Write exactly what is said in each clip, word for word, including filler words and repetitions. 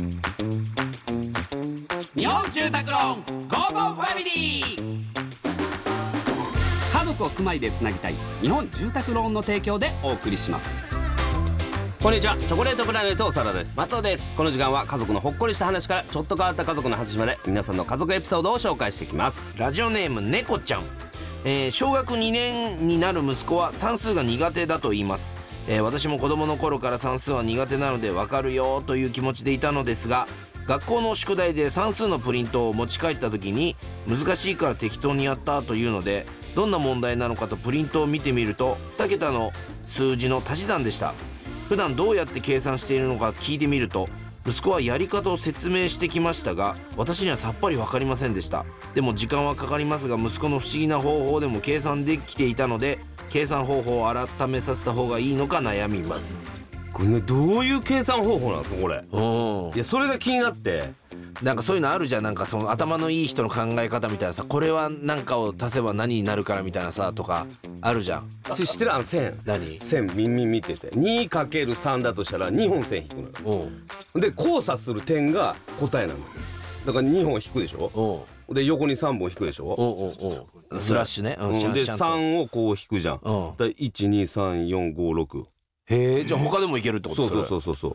日本住宅ローンゴーゴーファミリー。家族を住まいでつなぎたい日本住宅ローンの提供でお送りします。こんにちは、チョコレートプラネット長田です。 松尾です。 この時間は家族のほっこりした話からちょっと変わった家族の話まで皆さんの家族エピソードを紹介していきます。 ラジオネーム猫ちゃん、えー、小学にねんになる息子は算数が苦手だと言います。えー、私も子供の頃から算数は苦手なので分かるよという気持ちでいたのですが、学校の宿題で算数のプリントを持ち帰った時に難しいから適当にやったというので、どんな問題なのかとプリントを見てみるとに桁の数字の足し算でした。普段どうやって計算しているのか聞いてみると、息子はやり方を説明してきましたが、私にはさっぱり分かりませんでした。でも時間はかかりますが、息子の不思議な方法でも計算できていたので、計算方法を改めさせた方がいいのか悩みます。 これ、ね、どういう計算方法なんですかこれ。 うん、 いやそれが気になって。 なんかそういうのあるじゃん。なんかその頭のいい人の考え方みたいなさ、これは何かを足せば何になるからみたいなさとかあるじゃん。 知ってる？あの線。 何？ 線耳見てて にかけるさん だとしたらにほん線引くのよ。で交差する点が答えなのよ。だからにほん引くでしょ。で横にさんぼん引くでしょ。 おうおうおうスラッシュね、うん、 でさんをこう引くじゃん。だいちにさんよんごろく。へえ、じゃあ他でもいけるってこと？ そうそうそうそう。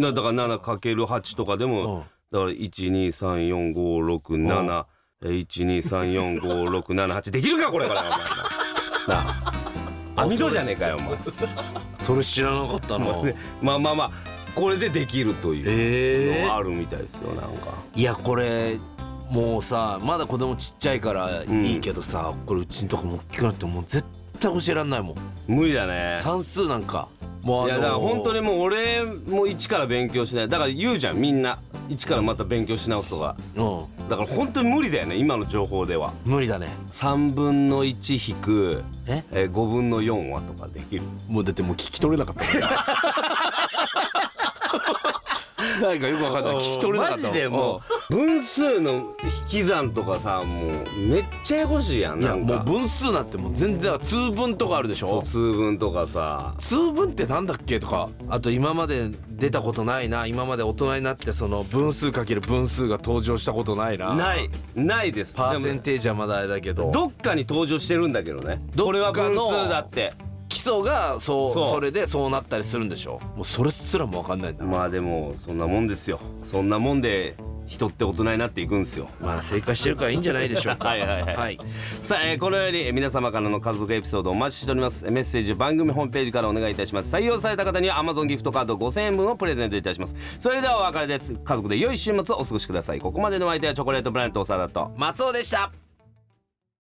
だから ななかけるはち とかでも、うん、だからいちにさんよんごろくなな、いちにさんよんごろくななはちできるかこれから。なあ網戸じゃねえかよお前。 それ知らなかったな。 まあまあまあこれでできるというのがあるみたいですよ。なんかいやこれもうさ、まだ子供ちっちゃいからいいけどさ、うん、これうちんとこも大きくなってもう絶対教えらんないもん。 無理だね算数なんか。もうあのー、 いやだから本当にもう俺も一から勉強しない。だから言うじゃんみんな一からまた勉強し直すとか、うん、だから本当に無理だよね今の情報では。 無理だね。 さんぶんのいち引くええごぶんのよんはとかできる？ もうだってもう聞き取れなかった何かよく分かんない、聞き取れなかった。 マジでもう分数の引き算とかさ、もうめっちゃややこしいやん。 いやもう分数なんてもう全然通分とかあるでしょ。 そう通分とかさ、 通分ってなんだっけとか、あと今まで出たことないな、今まで大人になってその分数かける分数が登場したことないな。 ないないです。 パーセンテージはまだあれだけどどっかに登場してるんだけどね。これは分数だって基礎がそう、それでそうなったりするんでしょ。もうそれすらも分かんないんだ。 まあでもそんなもんですよ。そんなもんで人って大人になっていくんですよ。 まあ正解してるからいいんじゃないでしょうか。 はいはいはい、はい、さあ、えー、このように皆様からの家族エピソードをお待ちしております。メッセージ番組ホームページからお願いいたします。採用された方には Amazon ギフトカードごせんえんぶんをプレゼントいたします。それではお別れです。家族で良い週末をお過ごしください。ここまでの相手はチョコレートプラネット長田と松尾でした。